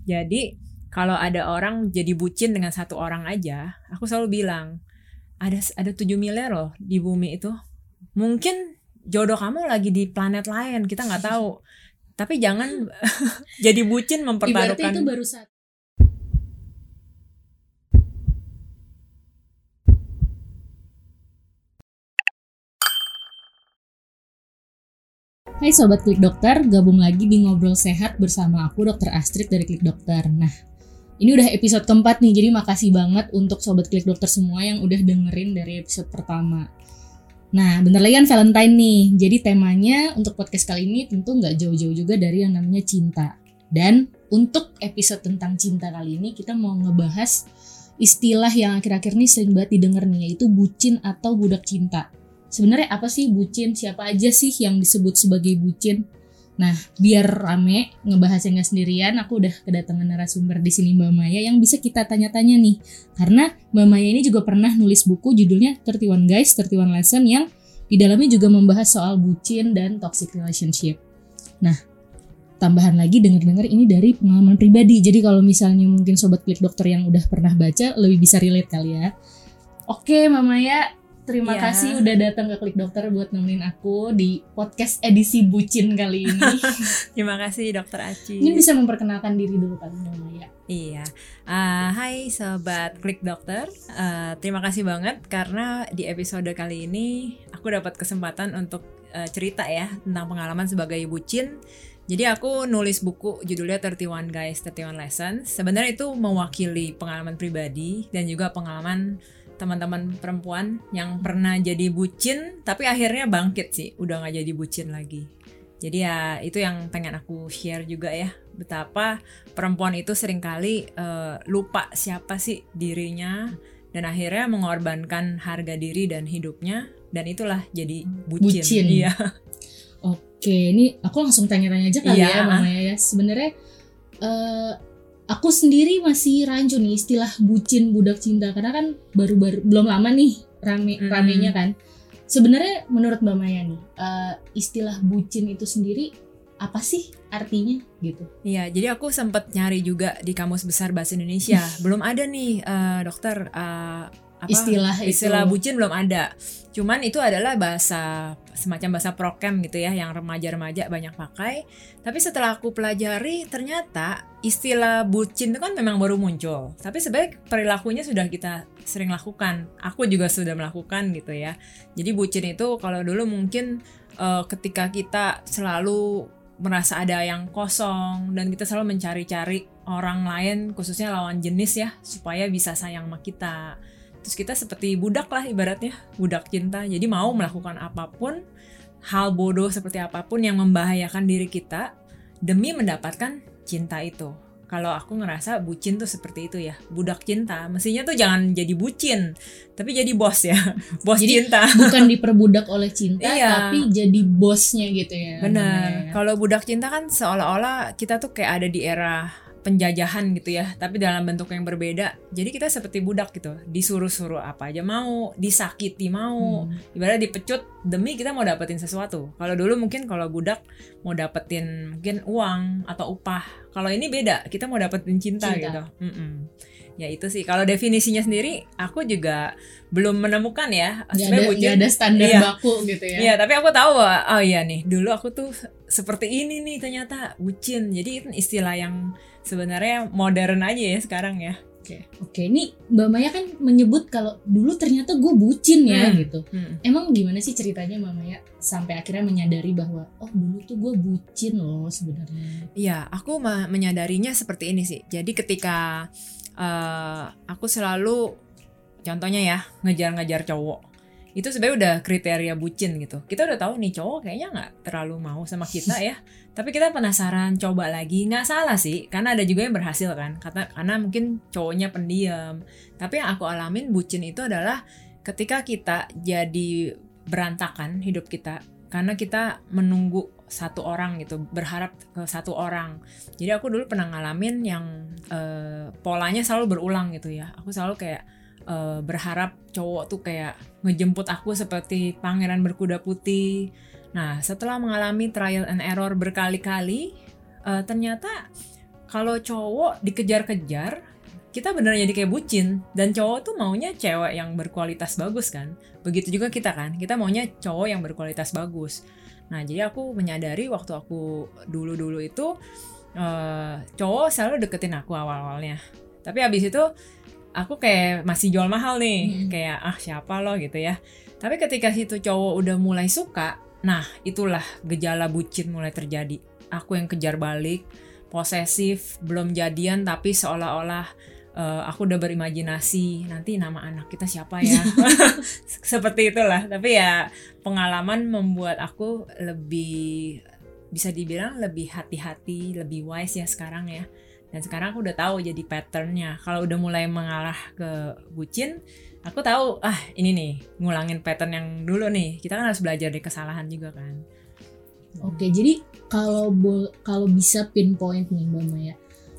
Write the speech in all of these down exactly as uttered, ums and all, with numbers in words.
Jadi kalau ada orang jadi bucin dengan satu orang aja, aku selalu bilang ada ada tujuh miliar loh di bumi itu. Mungkin jodoh kamu lagi di planet lain, kita nggak tahu. Tapi jangan jadi bucin mempertaruhkan. Ibaratnya itu baru satu. Hai Sobat Klik Dokter, gabung lagi di Ngobrol Sehat bersama aku Dokter Astrid dari Klik Dokter. Nah, ini udah episode keempat nih, jadi makasih banget untuk Sobat Klik Dokter semua yang udah dengerin dari episode pertama. Nah, bentar lagi kan Valentine nih, jadi temanya untuk podcast kali ini tentu nggak jauh-jauh juga dari yang namanya cinta. Dan untuk episode tentang cinta kali ini kita mau ngebahas istilah yang akhir-akhir ini sering banget didengar nih, yaitu bucin atau budak cinta. Sebenarnya apa sih bucin? Siapa aja sih yang disebut sebagai bucin? Nah, biar rame ngebahasnya nggak sendirian, aku udah kedatangan narasumber di sini Mbak Maya yang bisa kita tanya-tanya nih. Karena Mbak Maya ini juga pernah nulis buku judulnya tiga puluh satu Guys, tiga puluh satu Lesson yang di dalamnya juga membahas soal bucin dan toxic relationship. Nah, tambahan lagi dengar-dengar ini dari pengalaman pribadi. Jadi kalau misalnya mungkin Sobat Klik Dokter yang udah pernah baca lebih bisa relate kali ya. Oke Mbak Maya, terima ya. kasih udah datang ke Klik Dokter buat nemenin aku di podcast edisi bucin kali ini. Terima kasih Dokter Aci. Ini bisa memperkenalkan diri dulu kali Mbak Maya. Iya, uh, hai Sobat Klik Dokter, uh, terima kasih banget karena di episode kali ini aku dapat kesempatan untuk uh, cerita ya tentang pengalaman sebagai bucin. Jadi aku nulis buku judulnya tiga puluh satu Guys, tiga puluh satu Lessons. Sebenarnya itu mewakili pengalaman pribadi dan juga pengalaman teman-teman perempuan yang pernah jadi bucin tapi akhirnya bangkit sih, udah gak jadi bucin lagi. Jadi ya itu yang pengen aku share juga ya, betapa perempuan itu seringkali uh, lupa siapa sih dirinya dan akhirnya mengorbankan harga diri dan hidupnya, dan itulah jadi bucin. Bucin. Iya. Oke, ini aku langsung tanya-tanya aja kali iya. ya Mama ya. Sebenarnya uh, aku sendiri masih rancu nih istilah bucin budak cinta, karena kan baru-baru belum lama nih rame hmm. ramenya kan. Sebenarnya menurut Mbak Maya nih uh, istilah bucin itu sendiri apa sih artinya gitu? Iya, jadi aku sempat nyari juga di Kamus Besar Bahasa Indonesia. Belum ada nih uh, dokter uh, apa, istilah istilah itu. bucin belum ada. Cuman itu adalah bahasa semacam bahasa prokem gitu ya, yang remaja-remaja banyak pakai. Tapi setelah aku pelajari ternyata istilah bucin itu kan memang baru muncul. Tapi sebenarnya perilakunya sudah kita sering lakukan. Aku juga sudah melakukan gitu ya. Jadi bucin itu kalau dulu mungkin uh, ketika kita selalu merasa ada yang kosong dan kita selalu mencari-cari orang lain, khususnya lawan jenis ya, supaya bisa sayang sama kita. Terus kita seperti budak lah ibaratnya, budak cinta. Jadi mau melakukan apapun, hal bodoh seperti apapun yang membahayakan diri kita demi mendapatkan cinta itu. Kalau aku ngerasa bucin tuh seperti itu ya, budak cinta. Mestinya tuh jangan jadi bucin, tapi jadi bos ya, bos jadi, cinta. Bukan diperbudak oleh cinta, iya. tapi jadi bosnya gitu ya. Benar. Kalau budak cinta kan seolah-olah kita tuh kayak ada di era penjajahan gitu ya, tapi dalam bentuk yang berbeda. Jadi kita seperti budak gitu, disuruh-suruh apa aja mau, disakiti mau, hmm. ibaratnya dipecut demi kita mau dapetin sesuatu. Kalau dulu mungkin kalau budak mau dapetin mungkin uang atau upah. Kalau ini beda, kita mau dapetin cinta, cinta. gitu. Mm-mm. Ya itu sih. Kalau definisinya sendiri, aku juga belum menemukan ya. Gak ada, gak ada standar iya. baku gitu ya. Iya, tapi aku tahu, oh iya nih, dulu aku tuh seperti ini nih ternyata bucin. Jadi itu istilah yang sebenarnya modern aja ya sekarang ya. Oke, oke. Ini Mbak Maya kan menyebut kalau dulu ternyata gue bucin ya hmm. gitu. Hmm. Emang gimana sih ceritanya Mbak Maya sampai akhirnya menyadari bahwa oh dulu tuh gue bucin loh sebenarnya? Iya, aku ma- menyadarinya seperti ini sih. Jadi ketika uh, aku selalu, contohnya ya, ngejar-ngejar cowok. Itu sebenarnya udah kriteria bucin gitu. Kita udah tahu nih cowok kayaknya nggak terlalu mau sama kita ya. Tapi kita penasaran, coba lagi. Nggak salah sih, karena ada juga yang berhasil kan. Karena, karena mungkin cowoknya pendiam. Tapi yang aku alamin bucin itu adalah ketika kita jadi berantakan hidup kita. Karena kita menunggu satu orang gitu, berharap ke satu orang. Jadi aku dulu pernah ngalamin yang uh, polanya selalu berulang gitu ya. Aku selalu kayak Uh, berharap cowok tuh kayak ngejemput aku seperti pangeran berkuda putih. Nah, setelah mengalami trial and error berkali-kali, uh, ternyata kalau cowok dikejar-kejar, kita beneran jadi kayak bucin. Dan cowok tuh maunya cewek yang berkualitas bagus kan. Begitu juga kita kan, kita maunya cowok yang berkualitas bagus. Nah jadi aku menyadari waktu aku dulu-dulu itu uh, cowok selalu deketin aku awal-awalnya. Tapi abis itu aku kayak masih jual mahal nih, hmm. kayak ah siapa lo gitu ya. Tapi ketika situ cowok udah mulai suka, nah itulah gejala bucin mulai terjadi. Aku yang kejar balik, posesif, belum jadian tapi seolah-olah uh, aku udah berimajinasi nanti nama anak kita siapa ya. Seperti itulah. Tapi ya pengalaman membuat aku lebih, bisa dibilang lebih hati-hati, lebih wise ya sekarang ya. Dan sekarang aku udah tahu jadi patternnya. Kalau udah mulai mengarah ke bucin, aku tahu ah ini nih ngulangin pattern yang dulu nih. Kita kan harus belajar dari kesalahan juga kan. Oke, jadi kalau bo- kalau bisa pinpoint nih Mbak Maya,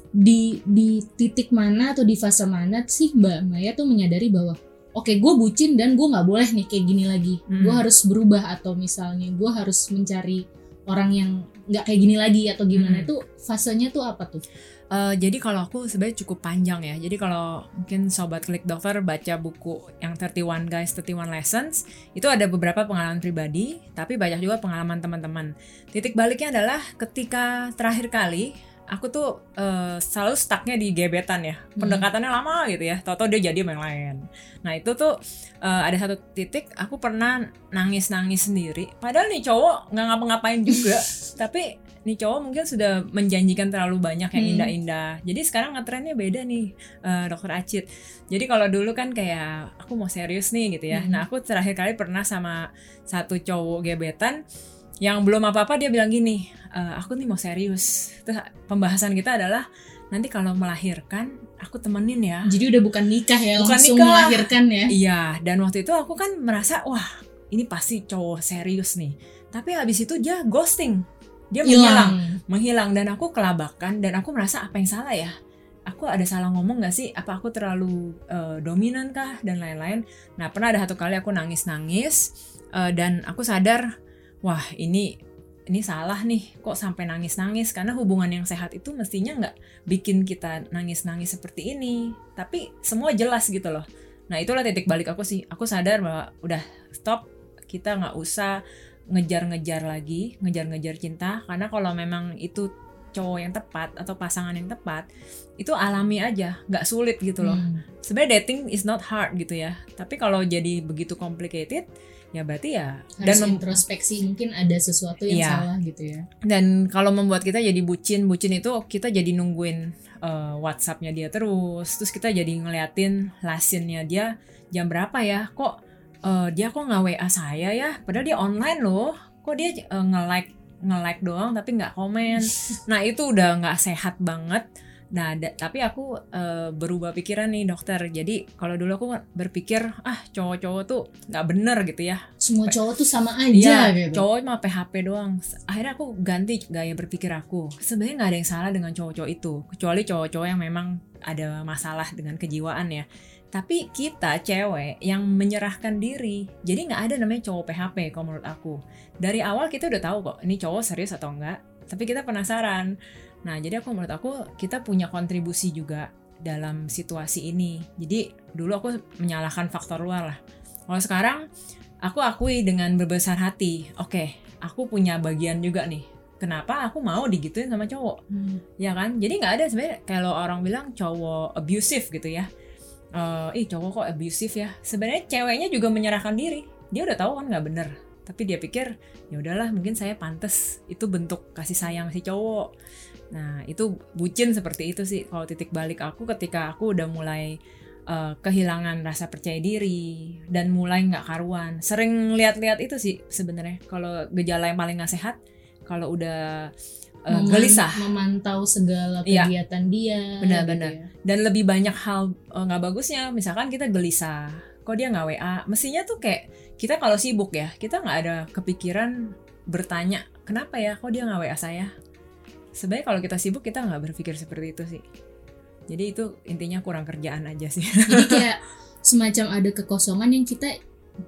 di di titik mana atau di fase mana sih Mbak Maya tuh menyadari bahwa oke gue bucin dan gue nggak boleh nih kayak gini lagi. Hmm. Gue harus berubah atau misalnya gue harus mencari orang yang nggak kayak gini lagi atau gimana. Hmm. Itu fasenya tuh apa tuh? Uh, jadi kalau aku sebenarnya cukup panjang ya. Jadi kalau mungkin sobat Klik Dokter baca buku yang tiga puluh satu Guys, tiga puluh satu Lessons, itu ada beberapa pengalaman pribadi, tapi banyak juga pengalaman teman-teman. Titik baliknya adalah ketika terakhir kali aku tuh uh, selalu stucknya di gebetan ya. Pendekatannya hmm. lama gitu ya. Tau-tau dia jadi sama yang lain. Nah itu tuh uh, ada satu titik aku pernah nangis-nangis sendiri. Padahal nih cowok gak ngapa-ngapain juga. Tapi nih cowok mungkin sudah menjanjikan terlalu banyak yang indah-indah. Jadi sekarang ngetrennya beda nih, uh, Dokter Acit. Jadi kalau dulu kan kayak aku mau serius nih gitu ya. Hmm. Nah aku terakhir kali pernah sama satu cowok gebetan yang belum apa-apa dia bilang gini, e, aku nih mau serius. Terus pembahasan kita adalah nanti kalau melahirkan aku temenin ya. Jadi udah bukan nikah ya, bukan langsung nikah. Melahirkan ya. Iya, dan waktu itu aku kan merasa wah ini pasti cowok serius nih. Tapi habis itu dia ghosting. Dia Ilang. menghilang, menghilang dan aku kelabakan dan aku merasa apa yang salah ya? Aku ada salah ngomong gak sih? Apa aku terlalu uh, dominan kah? Dan lain-lain. Nah pernah ada satu kali aku nangis-nangis uh, dan aku sadar wah ini ini salah nih, kok sampai nangis-nangis, karena hubungan yang sehat itu mestinya nggak bikin kita nangis-nangis seperti ini, tapi semua jelas gitu loh. Nah itulah titik balik aku sih, aku sadar bahwa udah stop, kita nggak usah ngejar-ngejar lagi, ngejar-ngejar cinta, karena kalau memang itu cowok yang tepat atau pasangan yang tepat, itu alami aja, nggak sulit gitu loh. Hmm. Sebenarnya dating is not hard gitu ya, tapi kalau jadi begitu complicated, ya berarti ya harus dan mem- introspeksi mungkin ada sesuatu yang ya. salah gitu ya. Dan kalau membuat kita jadi bucin, bucin itu kita jadi nungguin uh, WhatsApp-nya dia terus, terus kita jadi ngeliatin lasinnya dia jam berapa ya, kok uh, dia kok nggak W A saya ya, padahal dia online loh, kok dia uh, nge-like nge-like doang tapi nggak komen. Nah itu udah nggak sehat banget. Nah, da- tapi aku uh, berubah pikiran nih dokter. Jadi kalau dulu aku berpikir ah cowok-cowok tuh nggak bener gitu ya. Semua cowok tuh sama aja ya, gitu. Cowok mah P H P doang. Akhirnya aku ganti gaya berpikir aku. Sebenarnya nggak ada yang salah dengan cowok-cowok itu, kecuali cowok-cowok yang memang ada masalah dengan kejiwaan ya. Tapi kita cewek yang menyerahkan diri. Jadi nggak ada namanya cowok P H P kalau menurut aku. Dari awal kita udah tahu kok ini cowok serius atau enggak. Tapi kita penasaran. Nah, jadi aku menurut aku kita punya kontribusi juga dalam situasi ini. Jadi dulu aku menyalahkan faktor luar lah. Kalau sekarang aku akui dengan berbesar hati. Oke, aku punya bagian juga nih. Kenapa aku mau digituin sama cowok? Hmm. Ya kan? Jadi nggak ada sebenarnya kalau orang bilang cowok abusive gitu ya. Uh, ih cowok kok abusive ya. Sebenarnya ceweknya juga menyerahkan diri. Dia udah tahu kan nggak bener. Tapi dia pikir ya udahlah mungkin saya pantas. Itu bentuk kasih sayang si cowok. Nah itu bucin seperti itu sih kalau titik balik aku ketika aku udah mulai uh, kehilangan rasa percaya diri dan mulai nggak karuan. Sering lihat-lihat itu sih sebenarnya kalau gejala yang paling nggak sehat kalau udah uh, Meman- gelisah, memantau segala kegiatan ya, dia. Benar-benar. Gitu ya. Dan lebih banyak hal nggak uh, bagusnya. Misalkan kita gelisah, kok dia nggak W A? Mestinya tuh kayak kita kalau sibuk ya kita nggak ada kepikiran bertanya kenapa ya kok dia nggak W A saya. Sebenarnya kalau kita sibuk kita nggak berpikir seperti itu sih. Jadi itu intinya kurang kerjaan aja sih. Jadi kayak semacam ada kekosongan yang kita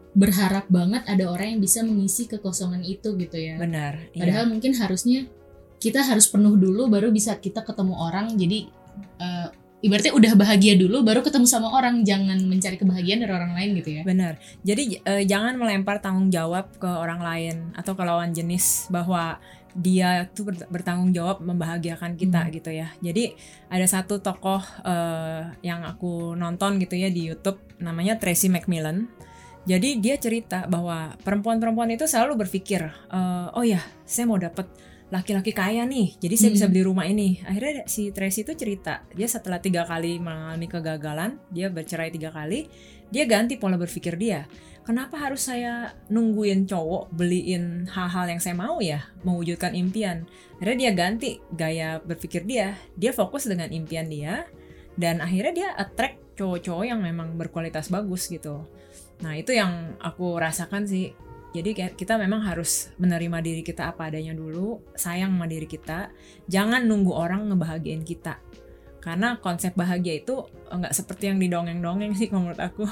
berharap banget ada orang yang bisa mengisi kekosongan itu gitu ya. Benar. Padahal iya. mungkin harusnya kita harus penuh dulu baru bisa kita ketemu orang. Jadi uh, ibaratnya udah bahagia dulu baru ketemu sama orang, jangan mencari kebahagiaan dari orang lain gitu ya. Benar. Jadi uh, jangan melempar tanggung jawab ke orang lain atau ke lawan jenis bahwa dia tuh bertanggung jawab membahagiakan kita hmm. gitu ya. Jadi ada satu tokoh uh, yang aku nonton gitu ya di YouTube, namanya Tracy McMillan. Jadi dia cerita bahwa perempuan-perempuan itu selalu berpikir, uh, oh ya saya mau dapet laki-laki kaya nih, jadi saya hmm. bisa beli rumah ini. Akhirnya si Tracy itu cerita, dia setelah tiga kali mengalami kegagalan, dia bercerai tiga kali, dia ganti pola berpikir dia. Kenapa harus saya nungguin cowok beliin hal-hal yang saya mau ya, mewujudkan impian? Akhirnya dia ganti gaya berpikir dia, dia fokus dengan impian dia, dan akhirnya dia attract cowok-cowok yang memang berkualitas bagus gitu. Nah itu yang aku rasakan sih. Jadi kita memang harus menerima diri kita apa adanya dulu, sayang sama diri kita, jangan nunggu orang ngebahagiain kita. Karena konsep bahagia itu nggak seperti yang didongeng-dongeng sih menurut aku.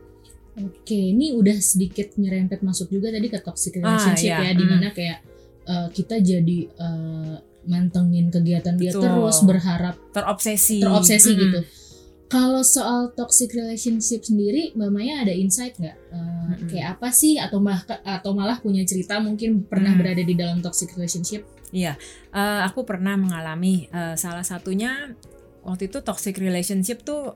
Oke, ini udah sedikit nyerempet masuk juga tadi ke toxic relationship ah, ya, ya. Dimana hmm. kayak uh, kita jadi uh, mantengin kegiatan dia Betul. terus, berharap terobsesi, terobsesi hmm. gitu. Kalau soal toxic relationship sendiri, Mbak Maya ada insight nggak? Uh, mm-hmm. Kayak apa sih? Atau malah atau malah punya cerita mungkin pernah mm. berada di dalam toxic relationship? Iya, uh, aku pernah mengalami. Uh, salah satunya waktu itu toxic relationship tuh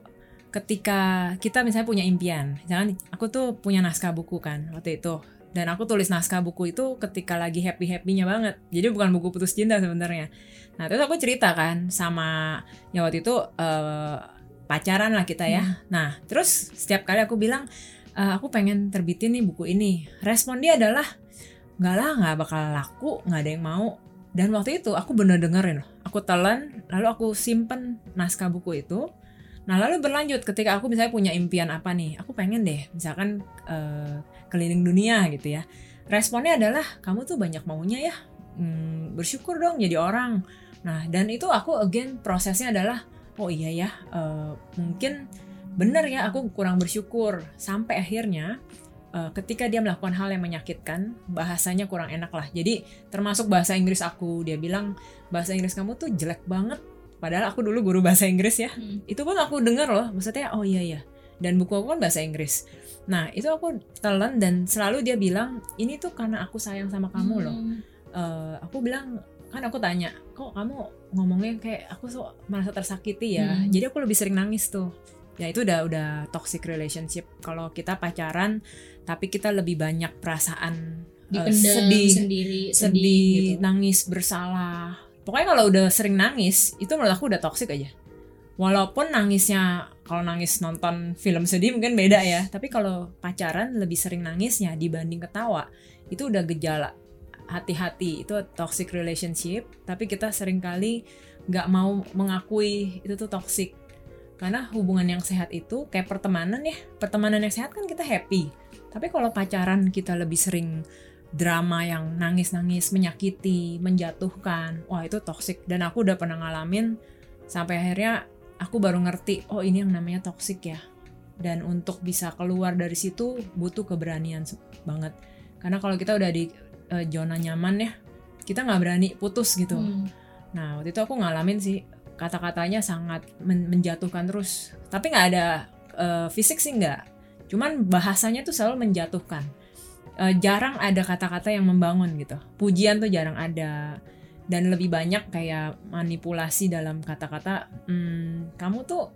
ketika kita misalnya punya impian. Jangan, aku tuh punya naskah buku kan waktu itu. Dan aku tulis naskah buku itu ketika lagi happy-happynya banget. Jadi bukan buku putus cinta sebenarnya. Nah terus aku cerita kan sama ya waktu itu. Uh, pacaran lah kita ya. Hmm. Nah, terus setiap kali aku bilang e, aku pengen terbitin nih buku ini. Respon dia adalah nggak lah, nggak bakal laku, nggak ada yang mau. Dan waktu itu aku bener dengerin, aku telan, lalu aku simpen naskah buku itu. Nah, lalu berlanjut ketika aku misalnya punya impian apa nih, aku pengen deh, misalkan e, keliling dunia gitu ya. Responnya adalah kamu tuh banyak maunya ya, hmm, bersyukur dong jadi orang. Nah, dan itu aku again prosesnya adalah oh iya ya, uh, mungkin benar ya aku kurang bersyukur. Sampai akhirnya uh, ketika dia melakukan hal yang menyakitkan, bahasanya kurang enak lah. Jadi termasuk bahasa Inggris aku, dia bilang bahasa Inggris kamu tuh jelek banget. Padahal aku dulu guru bahasa Inggris ya. Hmm. Itu pun aku dengar loh, maksudnya oh iya ya. Dan buku aku kan bahasa Inggris. Nah itu aku telan dan selalu dia bilang ini tuh karena aku sayang sama kamu loh. Hmm. Uh, aku bilang kan aku tanya, kok kamu ngomongnya kayak aku so merasa tersakiti ya. Hmm. Jadi aku lebih sering nangis tuh. Ya itu udah udah toxic relationship. Kalau kita pacaran tapi kita lebih banyak perasaan uh, sedih, sendiri, sedih, sedih gitu. Nangis, bersalah. Pokoknya kalau udah sering nangis, itu menurut aku udah toxic aja. Walaupun nangisnya kalau nangis nonton film sedih mungkin beda ya. Tapi kalau pacaran lebih sering nangisnya dibanding ketawa, itu udah gejala. Hati-hati, itu toxic relationship, tapi kita seringkali gak mau mengakui itu tuh toxic. Karena hubungan yang sehat itu kayak pertemanan ya, pertemanan yang sehat kan kita happy. Tapi kalau pacaran kita lebih sering drama yang nangis-nangis, menyakiti, menjatuhkan, wah itu toxic. Dan aku udah pernah ngalamin sampai akhirnya aku baru ngerti, oh ini yang namanya toxic ya. Dan untuk bisa keluar dari situ butuh keberanian banget. Karena kalau kita udah di uh, zona nyaman ya, kita nggak berani putus gitu. Hmm. Nah waktu itu aku ngalamin sih, kata-katanya sangat men- menjatuhkan terus. Tapi nggak ada uh, fisik sih nggak, cuman bahasanya tuh selalu menjatuhkan. Uh, jarang ada kata-kata yang membangun gitu. Pujian tuh jarang ada. Dan lebih banyak kayak manipulasi dalam kata-kata. Hmm, kamu tuh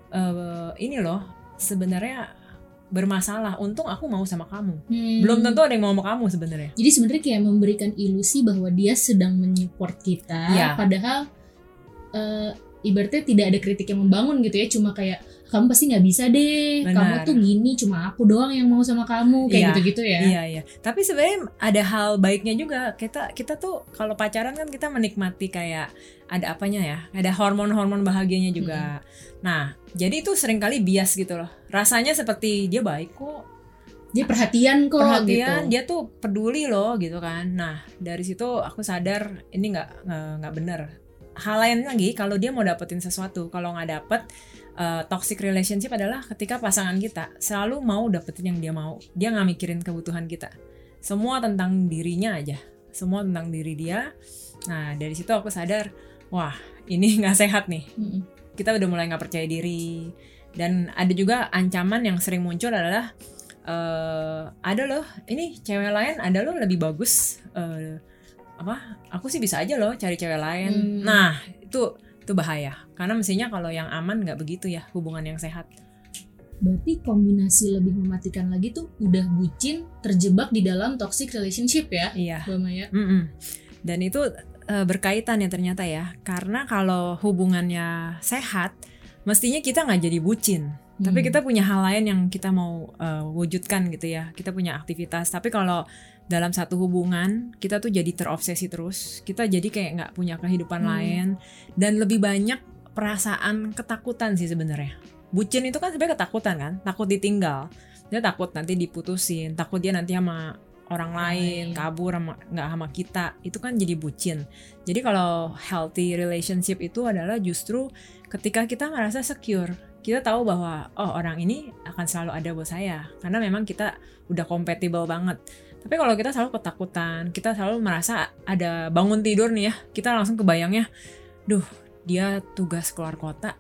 uh, ini loh sebenarnya bermasalah. Untung aku mau sama kamu. Hmm. Belum tentu ada yang mau sama kamu sebenarnya. Jadi sebenarnya kayak memberikan ilusi bahwa dia sedang menyupport kita. Ya. Padahal uh, ibaratnya tidak ada kritik yang membangun gitu ya. Cuma kayak kamu pasti nggak bisa deh. Benar. Kamu tuh gini. Cuma aku doang yang mau sama kamu. Kayak ya, gitu-gitu ya. Iya iya. Tapi sebenarnya ada hal baiknya juga. Kita kita tuh kalau pacaran kan kita menikmati kayak ada apanya ya. Ada hormon-hormon bahagianya juga. Hmm. Nah, jadi itu seringkali bias gitu loh. Rasanya seperti dia baik kok. Dia perhatian kok. Perhatian, gitu. Dia tuh peduli loh gitu kan. Nah, dari situ aku sadar ini nggak nggak benar. Hal lain lagi kalau dia mau dapetin sesuatu, kalau nggak dapet, uh, toxic relationship adalah ketika pasangan kita selalu mau dapetin yang dia mau. Dia nggak mikirin kebutuhan kita. Semua tentang dirinya aja. semua tentang diri dia. Nah dari situ aku sadar, wah ini nggak sehat nih. Mm-mm. Kita udah mulai nggak percaya diri. Dan ada juga ancaman yang sering muncul adalah uh, ada loh, ini cewek lain ada loh lebih bagus. Uh, apa? Aku sih bisa aja loh cari cewek lain. Hmm. Nah itu itu bahaya. Karena mestinya kalau yang aman nggak begitu ya, hubungan yang sehat. Berarti kombinasi lebih mematikan lagi tuh udah bucin, terjebak di dalam toxic relationship ya, iya. Mbak Maya. Mm-mm. Dan itu uh, berkaitan ya ternyata ya. Karena kalau hubungannya sehat, mestinya kita nggak jadi bucin. Hmm. Tapi kita punya hal lain yang kita mau uh, wujudkan gitu ya. Kita punya aktivitas. Tapi kalau dalam satu hubungan kita tuh jadi terobsesi terus. Kita jadi kayak nggak punya kehidupan hmm. lain. Dan lebih banyak perasaan ketakutan sih sebenarnya. Bucin itu kan sebenarnya ketakutan kan, takut ditinggal. Dia takut nanti diputusin, takut dia nanti sama orang lain, Ay. kabur sama nggak sama kita. Itu kan jadi bucin. Jadi kalau healthy relationship itu adalah justru ketika kita ngerasa secure. Kita tahu bahwa oh orang ini akan selalu ada buat saya karena memang kita udah compatible banget. Tapi kalau kita selalu ketakutan, kita selalu merasa ada bangun tidur nih ya, kita langsung kebayangnya, duh dia tugas keluar kota.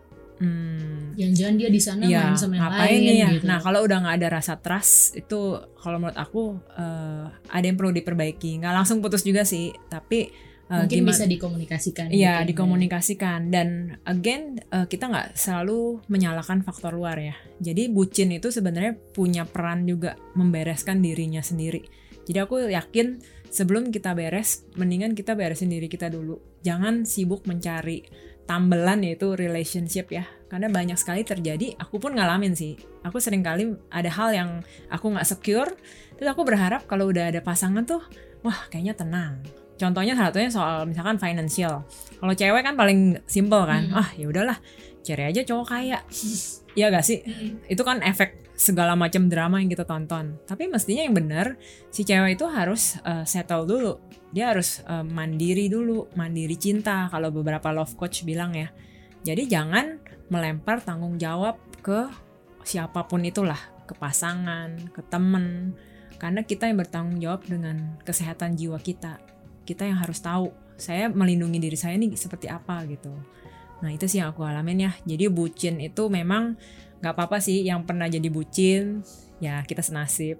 Hmm, jangan-jangan dia di sana ya, main sama yang lain ya? gitu. Nah kalau udah nggak ada rasa trust itu, kalau menurut aku uh, ada yang perlu diperbaiki. Nggak langsung putus juga sih, tapi uh, mungkin gimana, bisa dikomunikasikan. Iya gitu, dikomunikasikan. Dan again uh, kita nggak selalu menyalahkan faktor luar ya. Jadi bucin itu sebenarnya punya peran juga membereskan dirinya sendiri. Jadi aku yakin sebelum kita beres, mendingan kita beresin diri kita dulu. Jangan sibuk mencari tambelan yaitu relationship ya, karena banyak sekali terjadi. Aku pun ngalamin sih, aku sering kali ada hal yang aku nggak secure, terus aku berharap kalau udah ada pasangan tuh wah kayaknya tenang. Contohnya salah satunya soal misalkan financial. Kalau cewek kan paling simple kan, hmm. ah ya udahlah cari aja cowok kaya. Iya gak sih? Hmm. Itu kan efek segala macam drama yang kita tonton. Tapi mestinya yang benar si cewek itu harus uh, settle dulu. Dia harus uh, mandiri dulu, mandiri cinta kalau beberapa love coach bilang ya. Jadi jangan melempar tanggung jawab ke siapapun itulah, ke pasangan, ke temen. Karena kita yang bertanggung jawab dengan kesehatan jiwa kita. Kita yang harus tahu, saya melindungi diri saya nih seperti apa gitu. Nah itu sih yang aku alamin ya. Jadi bucin itu memang gak apa-apa sih yang pernah jadi bucin. Ya kita senasib.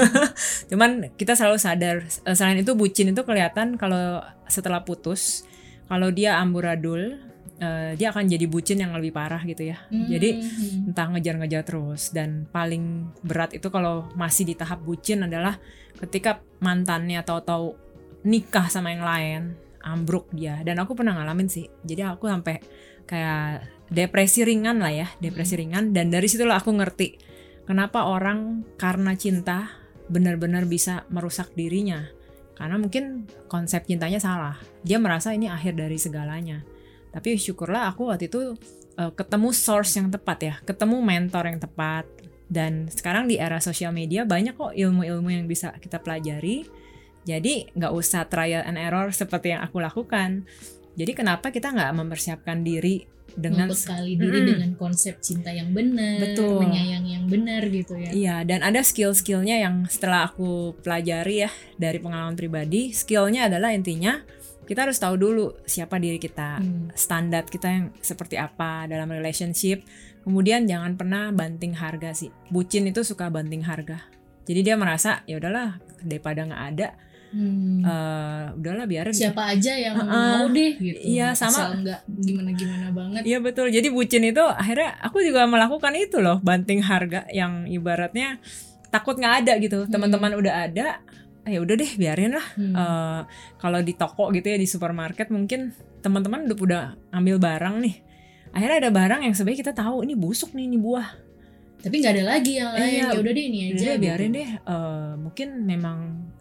Cuman kita selalu sadar, selain itu bucin itu kelihatan kalau setelah putus, kalau dia amburadul, uh, dia akan jadi bucin yang lebih parah gitu ya. Mm-hmm. Jadi entah ngejar-ngejar terus. Dan paling berat itu kalau masih di tahap bucin adalah ketika mantannya tahu-tahu nikah sama yang lain, ambruk dia. Dan aku pernah ngalamin sih. Jadi aku sampai kayak depresi ringan lah ya, depresi mm-hmm. ringan. Dan dari situlah aku ngerti kenapa orang karena cinta benar-benar bisa merusak dirinya. Karena mungkin konsep cintanya salah. Dia merasa ini akhir dari segalanya. Tapi syukurlah aku waktu itu uh, ketemu source yang tepat ya. Ketemu mentor yang tepat. Dan sekarang di era sosial media banyak kok ilmu-ilmu yang bisa kita pelajari. Jadi gak usah trial and error seperti yang aku lakukan. Jadi kenapa kita gak mempersiapkan diri dengan membekali diri mm, dengan konsep cinta yang benar, betul, menyayangi yang benar gitu ya. Iya, dan ada skill-skillnya yang setelah aku pelajari ya dari pengalaman pribadi. Skillnya adalah intinya kita harus tahu dulu siapa diri kita, hmm. standar kita yang seperti apa dalam relationship. Kemudian jangan pernah banting harga sih. Bucin itu suka banting harga. Jadi dia merasa ya udahlah daripada nggak ada. Hmm. Uh, udahlah biarin siapa aja yang uh, mau deh gitu. Iya sama. Asal nggak gimana-gimana banget. Iya betul. Jadi bucin itu akhirnya aku juga melakukan itu loh, banting harga yang ibaratnya takut nggak ada gitu. Hmm. Teman-teman udah ada, ya udah deh biarin lah. Hmm. Uh, kalau di toko gitu ya, di supermarket mungkin teman-teman udah udah ambil barang nih. Akhirnya ada barang yang sebenarnya kita tahu ini busuk nih, ini buah. Tapi nggak ada lagi yang lain. Eh, ya udah deh ini aja. Udah, biarin gitu. deh. Uh, mungkin memang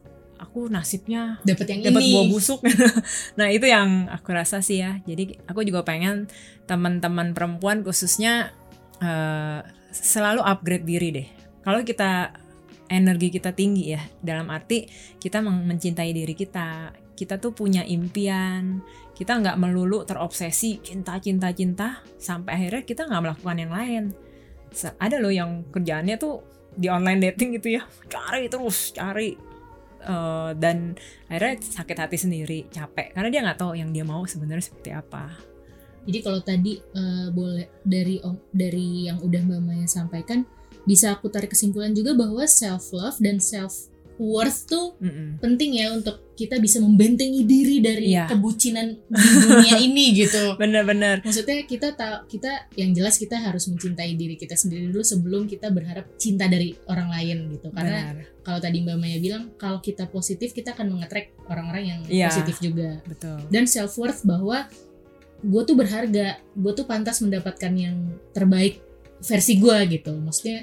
aku nasibnya dapat yang dapat ini, buah busuk. Nah itu yang aku rasa sih ya. Jadi aku juga pengen teman-teman perempuan khususnya uh, selalu upgrade diri deh. Kalau kita energi kita tinggi ya, dalam arti kita mencintai diri kita, kita tuh punya impian, kita nggak melulu terobsesi cinta cinta cinta sampai akhirnya kita nggak melakukan yang lain. Ada loh yang kerjaannya tuh di online dating gitu ya, cari terus cari. uh, dan akhirnya sakit hati sendiri, capek karena dia nggak tahu yang dia mau sebenarnya seperti apa. Jadi kalau tadi uh, boleh dari dari yang udah Mbak Maya sampaikan, bisa aku tarik kesimpulan juga bahwa self love dan self worth tuh Mm-mm. penting ya untuk kita bisa membentengi diri dari yeah. kebucinan di dunia ini gitu. Benar-benar. Maksudnya kita tahu, kita yang jelas kita harus mencintai diri kita sendiri dulu sebelum kita berharap cinta dari orang lain gitu. Karena Benar. Kalau tadi Mbak Maya bilang kalau kita positif kita akan mengattract orang-orang yang yeah. positif juga. Betul. Dan self worth bahwa gue tuh berharga, gue tuh pantas mendapatkan yang terbaik versi gue gitu. Maksudnya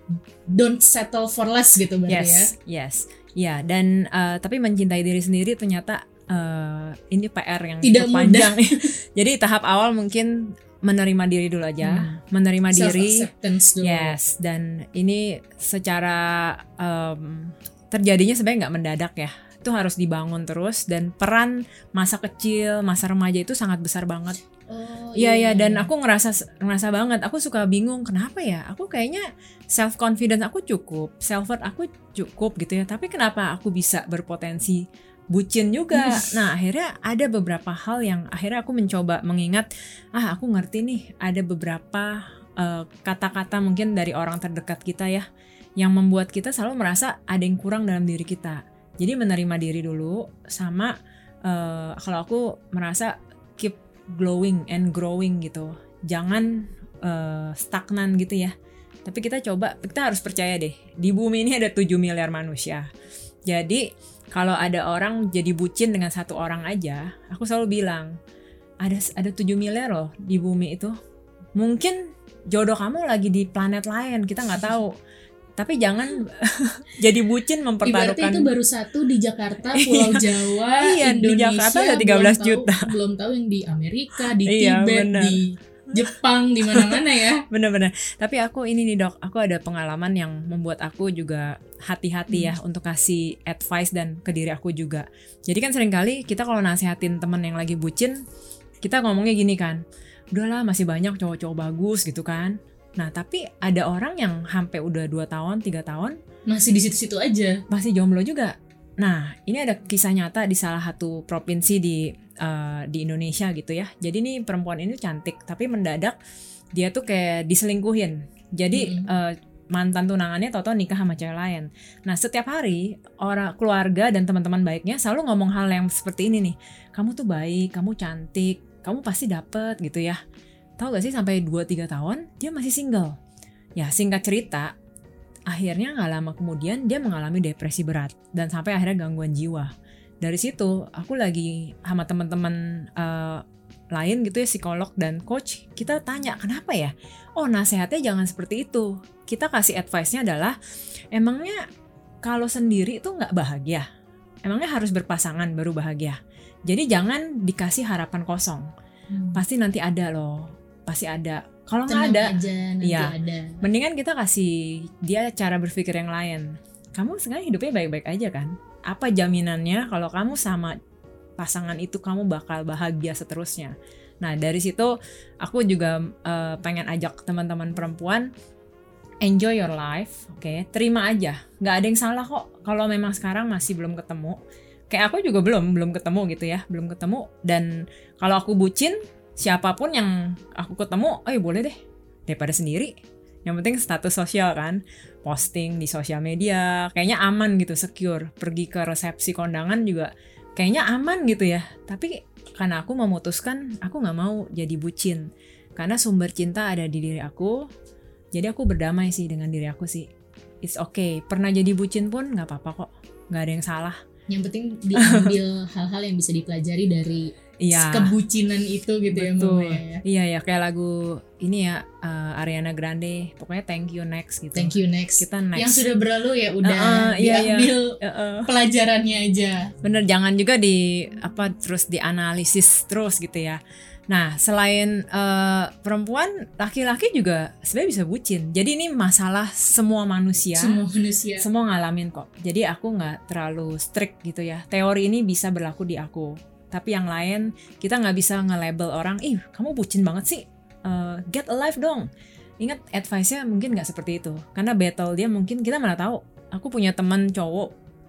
don't settle for less gitu berarti yes, ya. Yes, ya dan uh, tapi mencintai diri sendiri ternyata uh, ini P R yang tidak cukup panjang. Jadi tahap awal mungkin menerima diri dulu aja, hmm. menerima diri. Self-acceptance dulu. Yes, dan ini secara um, terjadinya sebenarnya nggak mendadak ya. Itu harus dibangun terus dan peran masa kecil, masa remaja itu sangat besar banget. Oh iya iya, ya dan aku ngerasa ngerasa banget. Aku suka bingung kenapa ya? Aku kayaknya self confidence aku cukup, self worth aku cukup gitu ya. Tapi kenapa aku bisa berpotensi bucin juga? Nah, akhirnya ada beberapa hal yang akhirnya aku mencoba mengingat, ah aku ngerti nih ada beberapa uh, kata-kata mungkin dari orang terdekat kita ya yang membuat kita selalu merasa ada yang kurang dalam diri kita. Jadi menerima diri dulu sama uh, kalau aku merasa keep glowing and growing gitu. Jangan uh, stagnan gitu ya. Tapi kita coba, kita harus percaya deh. Di bumi ini ada tujuh miliar manusia. Jadi kalau ada orang jadi bucin dengan satu orang aja, aku selalu bilang, ada ada tujuh miliar loh di bumi itu. Mungkin jodoh kamu lagi di planet lain, kita nggak tahu. Tapi jangan jadi bucin mempertaruhkan. Ibaratnya itu baru satu di Jakarta, Pulau Jawa, iya, Indonesia. Di Jakarta ada tiga belas juta. Tahu, belum tahu yang di Amerika, di iya, Tibet, bener. di Jepang, di mana-mana ya. Bener-bener. Tapi aku ini nih dok, aku ada pengalaman yang membuat aku juga hati-hati hmm. ya untuk kasih advice dan ke diri aku juga. Jadi kan seringkali kita kalau nasihatin teman yang lagi bucin, kita ngomongnya gini kan, udahlah masih banyak cowok-cowok bagus gitu kan. Nah tapi ada orang yang sampai udah dua tahun, tiga tahun masih di situ-situ aja, masih jomblo juga. Nah ini ada kisah nyata di salah satu provinsi di uh, di Indonesia gitu ya. Jadi nih perempuan ini cantik, tapi mendadak dia tuh kayak diselingkuhin. Jadi mm-hmm. uh, mantan tunangannya tau-tau nikah sama cewek lain. Nah setiap hari orang keluarga dan teman-teman baiknya selalu ngomong hal yang seperti ini nih. Kamu tuh baik, kamu cantik, kamu pasti dapet gitu ya. Tahu gak sih sampai dua tiga tahun dia masih single. Ya singkat cerita, akhirnya gak lama kemudian dia mengalami depresi berat dan sampai akhirnya gangguan jiwa. Dari situ aku lagi sama teman-teman uh, lain gitu ya, psikolog dan coach, kita tanya kenapa ya? Oh nasihatnya jangan seperti itu. Kita kasih advice-nya adalah emangnya kalau sendiri itu gak bahagia? Emangnya harus berpasangan baru bahagia? Jadi jangan dikasih harapan kosong. Hmm. Pasti nanti ada loh. Pasti ada. Kalau nggak ada, aja, nanti ya, ada. Mendingan kita kasih dia cara berpikir yang lain. Kamu sebenarnya hidupnya baik-baik aja kan? Apa jaminannya kalau kamu sama pasangan itu kamu bakal bahagia seterusnya? Nah dari situ aku juga uh, pengen ajak teman-teman perempuan enjoy your life, oke? Okay? Terima aja, nggak ada yang salah kok. Kalau memang sekarang masih belum ketemu, kayak aku juga belum belum ketemu gitu ya, belum ketemu. Dan kalau aku bucin, siapapun yang aku ketemu, eh boleh deh, daripada sendiri. Yang penting status sosial kan, posting di sosial media, kayaknya aman gitu, secure. Pergi ke resepsi kondangan juga kayaknya aman gitu ya. Tapi karena aku memutuskan, aku gak mau jadi bucin. Karena sumber cinta ada di diri aku, jadi aku berdamai sih dengan diri aku sih. It's okay, pernah jadi bucin pun gak apa-apa kok, gak ada yang salah. Yang penting diambil hal-hal yang bisa dipelajari dari iya, kebucinan itu gitu. Betul. Ya Mbak ya. Iya ya, kayak lagu ini ya uh, Ariana Grande, pokoknya thank you next gitu. Thank you next. Kita next. Yang sudah berlalu ya udah uh, uh, diambil iya, iya. Uh, uh. pelajarannya aja. Bener, jangan juga di apa terus dianalisis terus gitu ya. Nah selain uh, perempuan, laki-laki juga sebenarnya bisa bucin. Jadi ini masalah semua manusia. Semua manusia. Semua ngalamin kok. Jadi aku nggak terlalu strict gitu ya. Teori ini bisa berlaku di aku. Tapi yang lain kita nggak bisa nge-label orang, ih kamu bucin banget sih, uh, get a life dong. Ingat advice-nya mungkin nggak seperti itu. Karena battle dia mungkin kita mana tahu. Aku punya teman cowok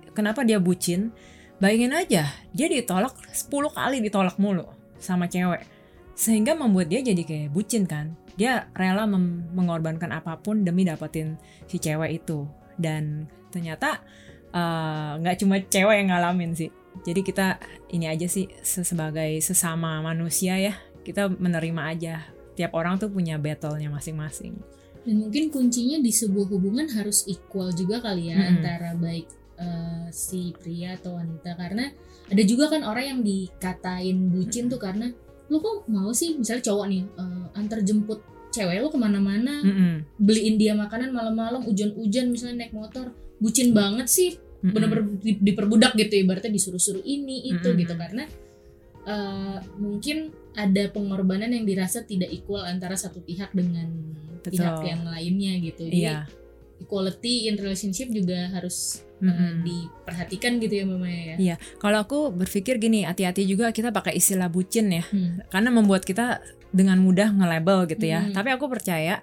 kenapa dia bucin? Bayangin aja, dia ditolak sepuluh kali ditolak mulu sama cewek. Sehingga membuat dia jadi kayak bucin kan. Dia rela mem- mengorbankan apapun demi dapetin si cewek itu. Dan ternyata nggak uh, cuma cewek yang ngalamin sih. Jadi kita ini aja sih sebagai sesama manusia ya, kita menerima aja. Tiap orang tuh punya battle-nya masing-masing. Dan mungkin kuncinya di sebuah hubungan harus equal juga kali ya, mm-hmm. antara baik uh, si pria atau wanita. Karena ada juga kan orang yang dikatain bucin mm-hmm. tuh karena lu kok mau sih, misalnya cowok nih uh, antar jemput cewek lu kemana-mana, mm-hmm. beliin dia makanan malam-malam, hujan-hujan misalnya naik motor, bucin banget sih, mm-hmm. bener-bener diperbudak gitu, ibaratnya disuruh-suruh ini itu mm-hmm. gitu. Karena uh, mungkin ada pengorbanan yang dirasa tidak equal antara satu pihak dengan Betul. pihak yang lainnya gitu. Jadi iya. equality in relationship juga harus mm-hmm. uh, diperhatikan gitu ya Mama ya. Iya, kalau aku berpikir gini, hati-hati juga kita pakai istilah bucin ya, hmm. karena membuat kita dengan mudah nge-label gitu ya. Hmm. Tapi aku percaya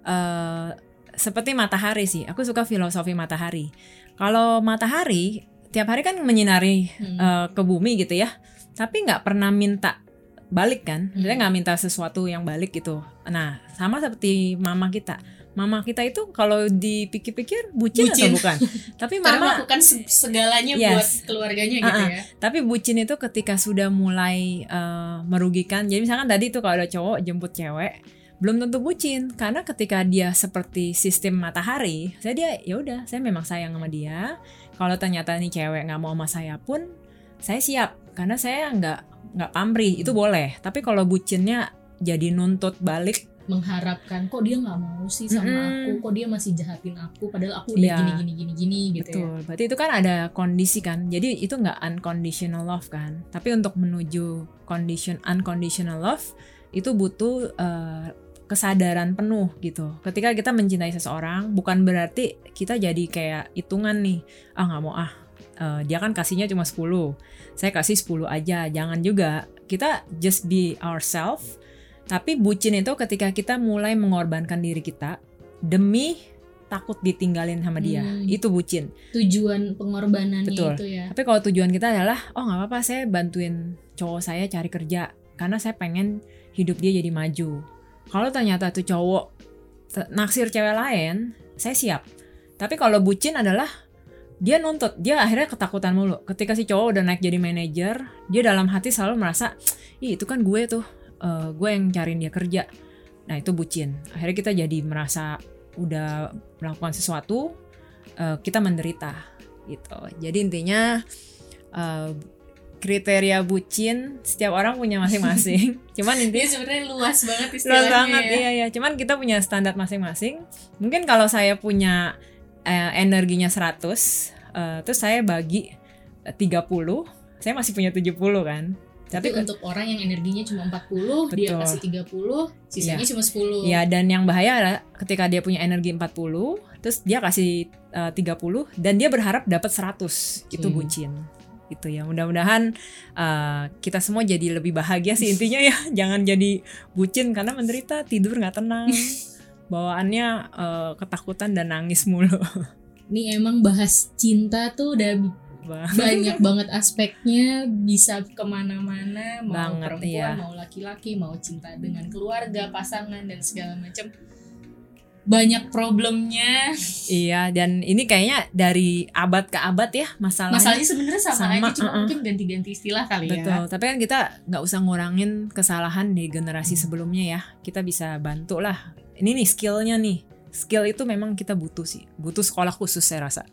uh, seperti matahari sih. Aku suka filosofi matahari. Kalau matahari tiap hari kan menyinari hmm. uh, ke bumi gitu ya, tapi nggak pernah minta balik kan, dia nggak minta sesuatu yang balik gitu. Nah, sama seperti mama kita. Mama kita itu kalau dipikir-pikir bucin, bucin. atau bukan? Tapi mama melakukan segalanya yes. buat keluarganya gitu uh-uh. ya. Tapi bucin itu ketika sudah mulai uh, merugikan. Jadi misalkan tadi tuh kalau ada cowok jemput cewek, belum tentu bucin, karena ketika dia seperti sistem matahari, saya dia ya udah, saya memang sayang sama dia. Kalau ternyata nih cewek nggak mau sama saya pun, saya siap, karena saya nggak nggak pamrih, itu boleh. Tapi kalau bucinnya jadi nuntut balik, mengharapkan kok dia nggak mau sih sama mm-hmm. aku, kok dia masih jahatin aku, padahal aku udah yeah. gini gini gini gini gitu. Betul. Ya. Berarti itu kan ada kondisi kan, jadi itu nggak unconditional love kan. Tapi untuk menuju condition unconditional love itu butuh uh, kesadaran penuh gitu. Ketika kita mencintai seseorang, bukan berarti kita jadi kayak hitungan nih, ah nggak mau ah. Uh, dia kan kasihnya cuma sepuluh, saya kasih sepuluh aja. Jangan juga, kita just be ourselves. Tapi bucin itu ketika kita mulai mengorbankan diri kita demi takut ditinggalin sama dia, hmm. itu bucin. Tujuan pengorbanannya Betul. itu ya. Tapi kalau tujuan kita adalah, oh nggak apa-apa, saya bantuin cowok saya cari kerja karena saya pengen hidup dia jadi maju. Kalau ternyata tuh cowok naksir cewek lain, saya siap. Tapi kalau bucin adalah dia nuntut, dia akhirnya ketakutan mulu. Ketika si cowok udah naik jadi manajer, dia dalam hati selalu merasa, ih itu kan gue tuh, uh, gue yang cariin dia kerja. Nah itu bucin. Akhirnya kita jadi merasa udah melakukan sesuatu, uh, kita menderita gitu. Jadi intinya uh, kriteria bucin setiap orang punya masing-masing. Cuman intinya sebenarnya luas banget istilahnya. Luas banget, ya. iya ya. Cuman kita punya standar masing-masing. Mungkin kalau saya punya Uh, energinya seratus, uh, terus saya bagi tiga puluh, saya masih punya tujuh puluh kan. Tapi untuk orang yang energinya cuma empat puluh, betul. Dia kasih tiga puluh, sisanya ya. Cuma sepuluh. Ya, dan yang bahaya adalah ketika dia punya energi empat puluh, terus dia kasih uh, tiga puluh dan dia berharap dapat seratus. Itu hmm. bucin. Gitu ya. Mudah-mudahan uh, kita semua jadi lebih bahagia sih intinya ya. Jangan jadi bucin karena menderita, tidur enggak tenang. Bawaannya uh, ketakutan dan nangis mulu. Ini emang bahas cinta tuh udah banyak banget aspeknya, bisa kemana-mana, mau banget, perempuan, iya. mau laki-laki, mau cinta dengan keluarga, pasangan dan segala macam. Banyak problemnya. Iya, dan ini kayaknya dari abad ke abad ya masalahnya. Masalahnya sebenarnya sama, sama aja, cuma uh-uh. mungkin ganti-ganti istilah kali. Betul. Ya. Betul. Tapi kan kita nggak usah ngurangin kesalahan di generasi hmm. sebelumnya ya. Kita bisa bantu lah. Ini nih skillnya nih, skill itu memang kita butuh sih, butuh sekolah khusus saya rasa.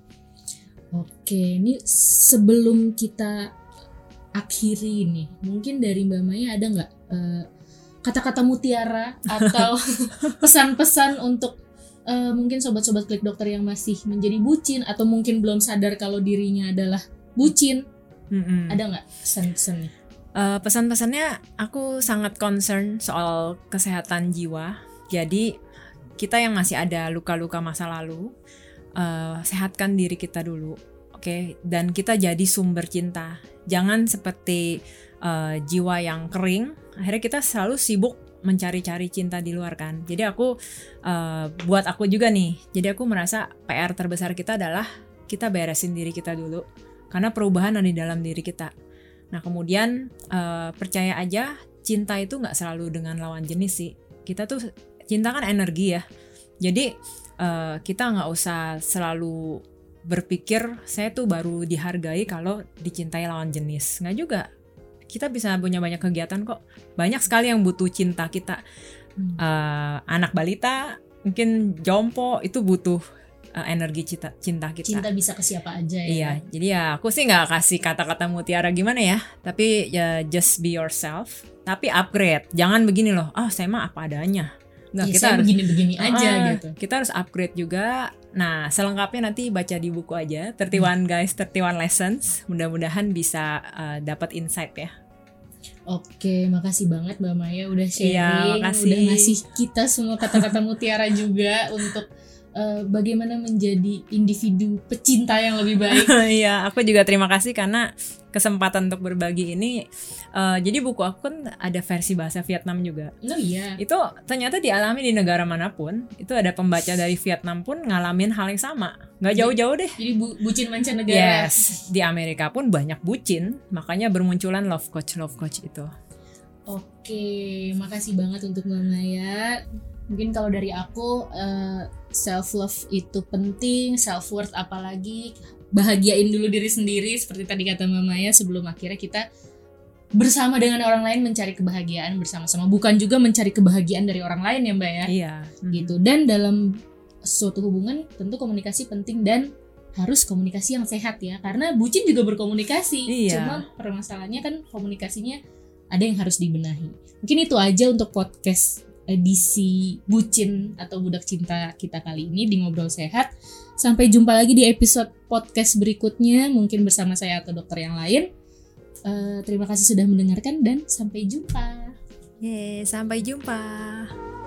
Oke, ini sebelum kita akhiri nih, mungkin dari Mbak Maya ada nggak uh, kata-kata mutiara atau pesan-pesan untuk uh, mungkin sobat-sobat Klik Dokter yang masih menjadi bucin atau mungkin belum sadar kalau dirinya adalah bucin, mm-hmm. ada nggak pesan-pesannya? Uh, pesan-pesannya aku sangat concern soal kesehatan jiwa. Jadi kita yang masih ada luka-luka masa lalu, uh, sehatkan diri kita dulu, oke? Okay? Dan kita jadi sumber cinta. Jangan seperti uh, jiwa yang kering. Akhirnya kita selalu sibuk mencari-cari cinta di luar kan. Jadi aku, uh, buat aku juga nih. Jadi aku merasa P R terbesar kita adalah kita beresin diri kita dulu, karena perubahan ada di dalam diri kita. Nah kemudian uh, percaya aja, cinta itu nggak selalu dengan lawan jenis sih. Kita tuh cinta kan energi ya. Jadi uh, kita nggak usah selalu berpikir saya tuh baru dihargai kalau dicintai lawan jenis. Nggak juga. Kita bisa punya banyak kegiatan kok. Banyak sekali yang butuh cinta kita. Hmm. Uh, anak balita, mungkin jompo itu butuh Uh, energi cinta, cinta kita. Cinta bisa ke siapa aja ya. Iya, jadi ya aku sih nggak kasih kata-kata mutiara gimana ya, tapi ya just be yourself, tapi upgrade. Jangan begini loh, oh saya mah apa adanya. Nggak, ya, kita saya harus begini-begini uh, aja gitu. Kita harus upgrade juga. Nah, selengkapnya nanti baca di buku aja, thirty one guys, thirty one lessons. Mudah-mudahan bisa uh, dapat insight ya. Oke, makasih banget Mbak Maya udah sharing, iya, udah ngasih kita semua kata-kata mutiara juga untuk Uh, bagaimana menjadi individu pecinta yang lebih baik. Iya, aku juga terima kasih karena kesempatan untuk berbagi ini. Uh, jadi buku aku kan ada versi bahasa Vietnam juga. Oh iya. Itu ternyata dialami di negara manapun. Itu ada pembaca dari Vietnam pun ngalamin hal yang sama. Gak jauh-jauh deh. Jadi bu- bucin mancanegara. Yes, di Amerika pun banyak bucin. Makanya bermunculan love coach love coach itu. Oke, makasih banget untuk Mbak Maya. Mungkin kalau dari aku, uh, self love itu penting, self worth apalagi, bahagiain dulu diri sendiri seperti tadi kata Mbak Maya, sebelum akhirnya kita bersama dengan orang lain mencari kebahagiaan bersama-sama, bukan juga mencari kebahagiaan dari orang lain ya Mbak ya. Iya. Gitu. Dan dalam suatu hubungan tentu komunikasi penting dan harus komunikasi yang sehat ya, karena bucin juga berkomunikasi. Iya. Cuma permasalahannya kan komunikasinya ada yang harus dibenahi. Mungkin itu aja untuk podcast edisi bucin atau budak cinta kita kali ini di Ngobrol Sehat. Sampai jumpa lagi di episode podcast berikutnya, mungkin bersama saya atau dokter yang lain. Uh, terima kasih sudah mendengarkan dan sampai jumpa. Yeay, sampai jumpa.